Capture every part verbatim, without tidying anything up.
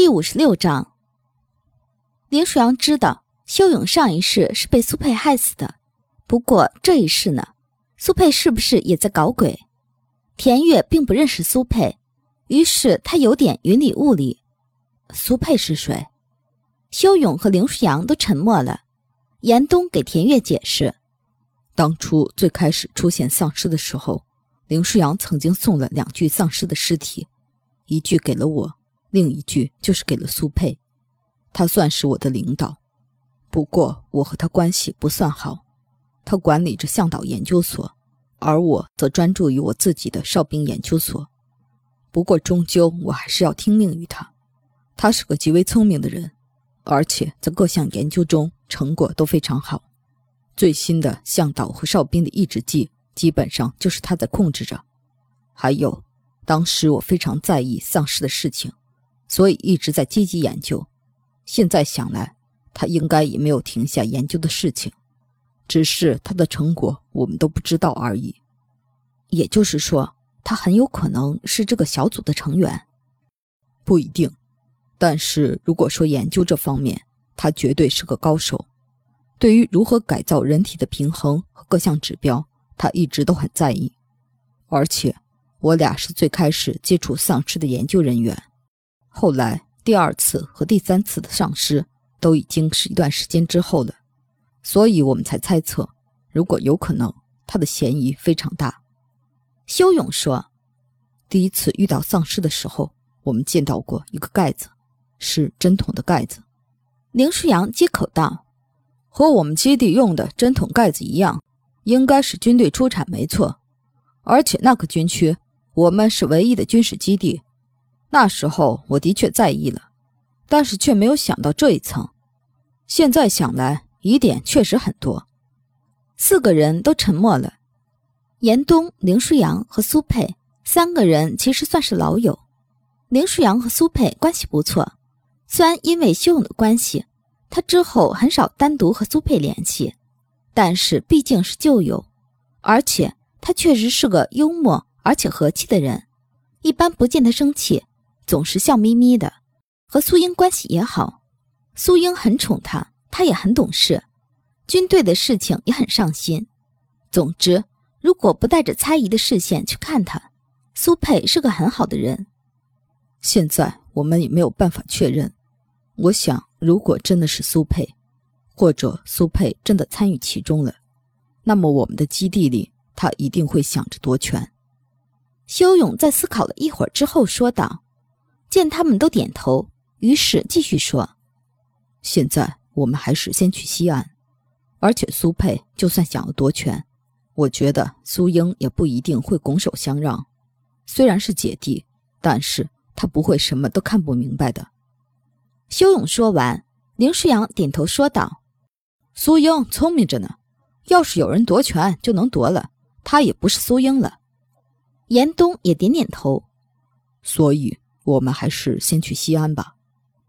五十六章。林舒扬知道修勇上一世是被苏佩害死的，不过这一世呢，苏佩是不是也在搞鬼？田月并不认识苏佩，于是他有点云里雾里。苏佩是谁？修勇和林舒扬都沉默了。严冬给田月解释， 当初最开始出现丧尸的时候，林舒扬曾经送了两具丧尸的尸体，一具给了我，另一具就是给了苏佩。他算是我的领导，不过我和他关系不算好。他管理着向导研究所，而我则专注于我自己的哨兵研究所。不过终究我还是要听命于他。他是个极为聪明的人，而且在各项研究中成果都非常好。最新的向导和哨兵的抑制剂基本上就是他在控制着。还有，当时我非常在意丧尸的事情，所以一直在积极研究。现在想来，他应该也没有停下研究的事情，只是他的成果我们都不知道而已。 也就是说，他很有可能是这个小组的成员。 不一定，但是如果说研究这方面，他绝对是个高手。对于如何改造人体的平衡和各项指标，他一直都很在意。而且我俩是最开始接触丧尸的研究人员，后来第二次和第三次的丧尸都已经是一段时间之后了，所以我们才猜测，如果有可能，他的嫌疑非常大。 修勇说， 第一次遇到丧尸的时候，我们见到过一个盖子，是针筒的盖子。 林舒扬接口道， 和我们基地用的针筒盖子一样，应该是军队出产没错。而且那个军区，我们是唯一的军事基地。那时候我的确在意了，但是却没有想到这一层。现在想来，疑点确实很多。 四个人都沉默了。严冬、林舒扬和苏佩三个人其实算是老友。林舒扬和苏佩关系不错，虽然因为修勇的关系，他之后很少单独和苏佩联系，但是毕竟是旧友，而且他确实是个幽默而且和气的人，一般不见他生气，总是笑眯眯的。和苏英关系也好，苏英很宠他，他也很懂事，军队的事情也很上心。总之，如果不带着猜疑的视线去看他，苏佩是个很好的人。 现在我们也没有办法确认。我想，如果真的是苏佩，或者苏佩真的参与其中了，那么我们的基地里，他一定会想着夺权。 修勇在思考了一会儿之后说道，见他们都点头，于是继续说， 现在我们还是先去西安，而且苏佩就算想要夺权，我觉得苏英也不一定会拱手相让。虽然是姐弟，但是他不会什么都看不明白的。 修勇说完，林舒扬点头说道， 苏英聪明着呢，要是有人夺权就能夺了，他也不是苏英了。 严冬也点点头， 所以我们还是先去西安吧。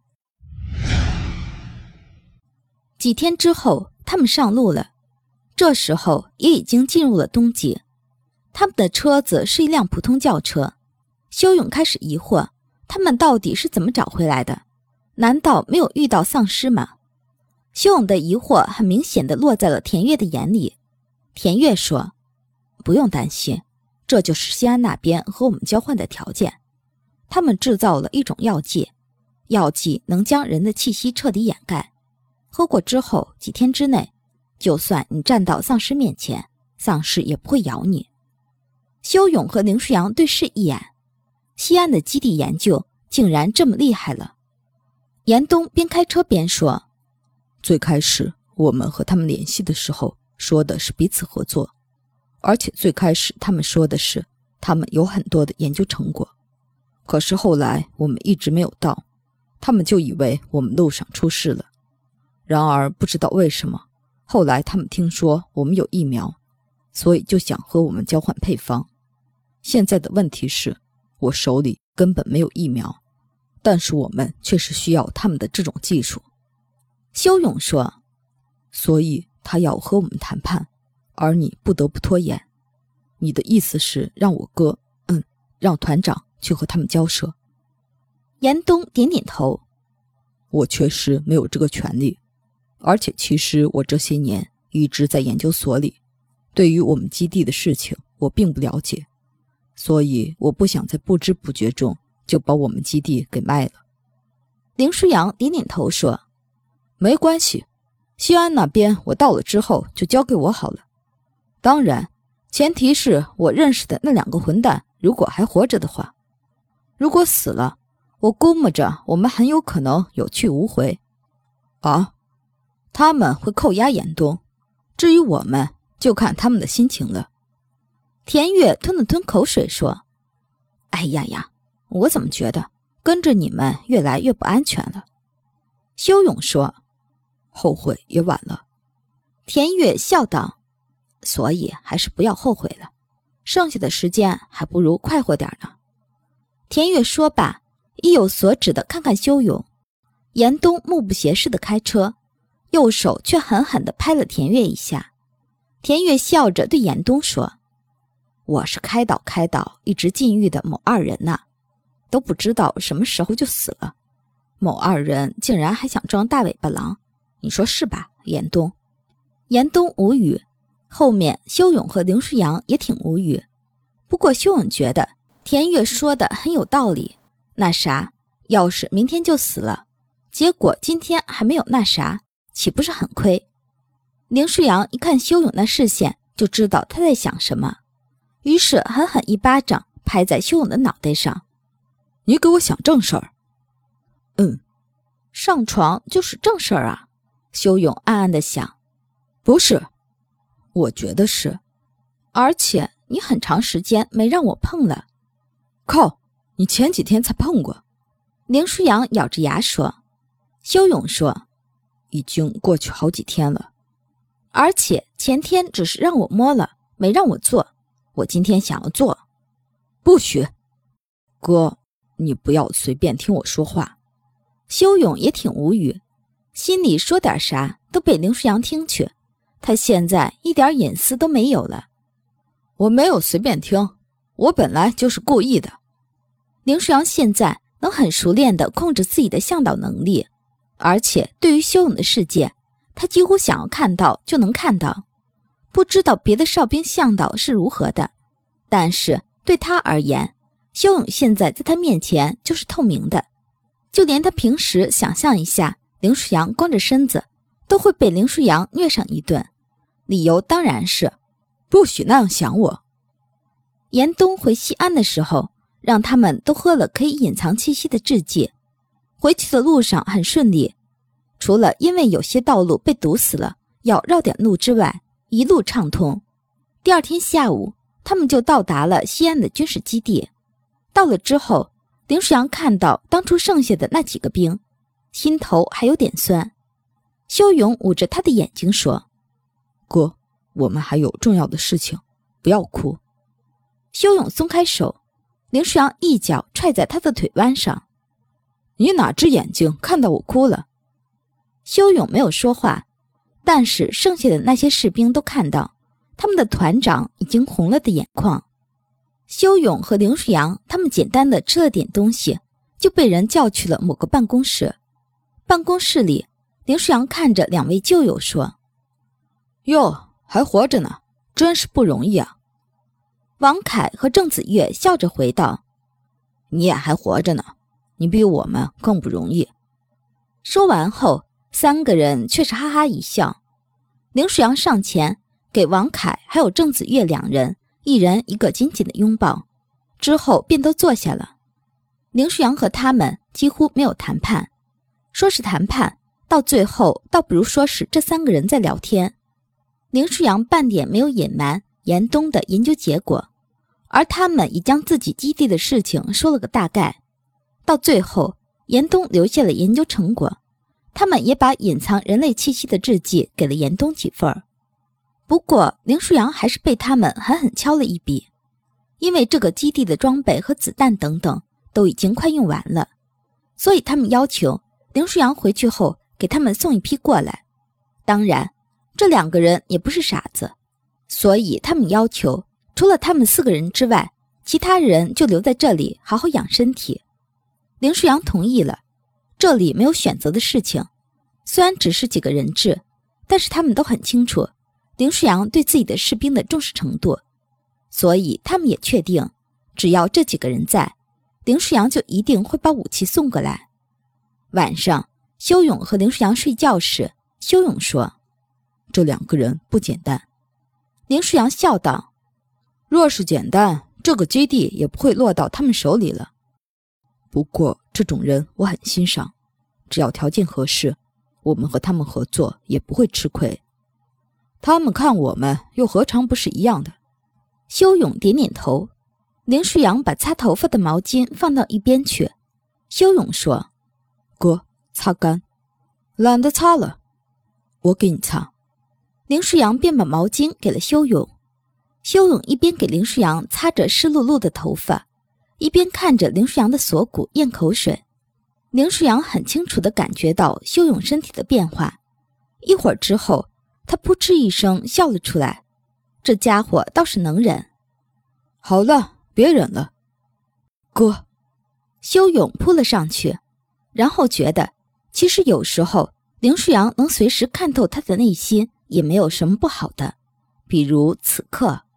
几天之后，他们上路了。这时候也已经进入了冬季，他们的车子是一辆普通轿车。修勇开始疑惑，他们到底是怎么找回来的？难道没有遇到丧尸吗？修勇的疑惑很明显地落在了田月的眼里。田月说，不用担心，这就是西安那边和我们交换的条件。他们制造了一种药剂，药剂能将人的气息彻底掩盖，喝过之后几天之内，就算你站到丧尸面前，丧尸也不会咬你。修勇和林舒扬对视一眼，西安的基地研究竟然这么厉害了。严冬边开车边说， 最开始我们和他们联系的时候说的是彼此合作，而且最开始他们说的是他们有很多的研究成果，可是后来我们一直没有到，他们就以为我们路上出事了。然而不知道为什么，后来他们听说我们有疫苗，所以就想和我们交换配方。现在的问题是，我手里根本没有疫苗，但是我们确实需要他们的这种技术。 修勇说， 所以他要和我们谈判，而你不得不拖延。你的意思是让我哥，嗯，让团长去和他们交涉。 严冬点点头， 我确实没有这个权利，而且其实我这些年一直在研究所里，对于我们基地的事情我并不了解，所以我不想在不知不觉中就把我们基地给卖了。 林舒扬点点头说， 没关系，西安那边我到了之后就交给我好了。当然，前提是我认识的那两个混蛋如果还活着的话，如果死了，我估摸着我们很有可能有去无回。啊，他们会扣押严冬，至于我们就看他们的心情了。 田月吞了吞口水说，哎呀呀，我怎么觉得跟着你们越来越不安全了。 修勇说，后悔也晚了。 田月笑道，所以还是不要后悔了，剩下的时间还不如快活点呢。田月说罢，意有所指地看看修勇。严冬目不斜视地开车，右手却狠狠地拍了田月一下。田月笑着对严冬说，我是开导开导一直禁欲的某二人呐，都不知道什么时候就死了，某二人竟然还想装大尾巴狼，你说是吧，严冬？严冬无语，后面修勇和林舒扬也挺无语。不过修勇觉得田月说的很有道理，那啥，要是明天就死了，结果今天还没有那啥，岂不是很亏？林舒扬一看修勇那视线，就知道他在想什么，于是狠狠一巴掌拍在修勇的脑袋上， 你给我想正事儿。 嗯，上床就是正事儿啊，修勇暗暗地想。 不是，我觉得是， 而且你很长时间没让我碰了。 靠，你前几天才碰过。 林舒扬咬着牙说。修勇说， 已经过去好几天了， 而且前天只是让我摸了，没让我做，我今天想要做。 不许，哥，你不要随便听我说话。 修勇也挺无语，心里说点啥都被林舒扬听去，他现在一点隐私都没有了。 我没有随便听，我本来就是故意的。 林舒扬现在能很熟练地控制自己的向导能力，而且对于修勇的世界，他几乎想要看到就能看到。不知道别的哨兵向导是如何的，但是对他而言，修勇现在在他面前就是透明的，就连他平时想象一下林舒扬光着身子，都会被林舒扬虐上一顿。理由当然是不许那样想我。 严冬回西安的时候，让他们都喝了可以隐藏气息的制剂，回去的路上很顺利，除了因为有些道路被堵死了要绕点路之外，一路畅通。第二天下午，他们就到达了西安的军事基地。到了之后，林舒扬看到当初剩下的那几个兵，心头还有点酸。修勇捂着他的眼睛说， 哥，我们还有重要的事情，不要哭。 修勇松开手，林舒扬一脚踹在他的腿弯上。 你哪只眼睛看到我哭了？ 修勇没有说话，但是剩下的那些士兵都看到他们的团长已经红了的眼眶。修勇和林舒扬他们简单的吃了点东西，就被人叫去了某个办公室。办公室里，林舒扬看着两位旧友说， 哟，还活着呢，真是不容易啊。 王凯和郑子月笑着回道， 你也还活着呢，你比我们更不容易。 说完后，三个人却是哈哈一笑。林舒扬上前给王凯还有郑子月两人一人一个紧紧的拥抱，之后便都坐下了。林舒扬和他们几乎没有谈判，说是谈判，到最后倒不如说是这三个人在聊天。林舒扬半点没有隐瞒严冬的研究结果，而他们已将自己基地的事情说了个大概。到最后，严冬留下了研究成果，他们也把隐藏人类气息的制剂给了严冬几份。不过林舒扬还是被他们狠狠敲了一笔，因为这个基地的装备和子弹等等都已经快用完了，所以他们要求林舒扬回去后给他们送一批过来。当然这两个人也不是傻子，所以他们要求除了他们四个人之外，其他人就留在这里好好养身体。林舒扬同意了， 这里没有选择的事情，虽然只是几个人质，但是他们都很清楚林舒扬对自己的士兵的重视程度，所以他们也确定，只要这几个人在，林舒扬就一定会把武器送过来。晚上，修勇和林舒扬睡觉时，修勇说：“ 这两个人不简单。” 林舒扬笑道：“ 若是简单，这个基地也不会落到他们手里了。不过这种人我很欣赏，只要条件合适，我们和他们合作也不会吃亏。他们看我们又何尝不是一样的？” 修勇点点头。林舒扬把擦头发的毛巾放到一边去。修勇说：“ 哥，擦干。” 懒得擦了。 我给你擦。 林舒扬便把毛巾给了修勇。修勇一边给林舒扬擦着湿漉漉的头发，一边看着林舒扬的锁骨咽口水。林舒扬很清楚地感觉到修勇身体的变化，一会儿之后，他扑哧一声笑了出来。这家伙倒是能忍。 好了，别忍了。 哥，修勇扑了上去，然后觉得其实有时候林舒扬能随时看透他的内心也没有什么不好的，比如此刻。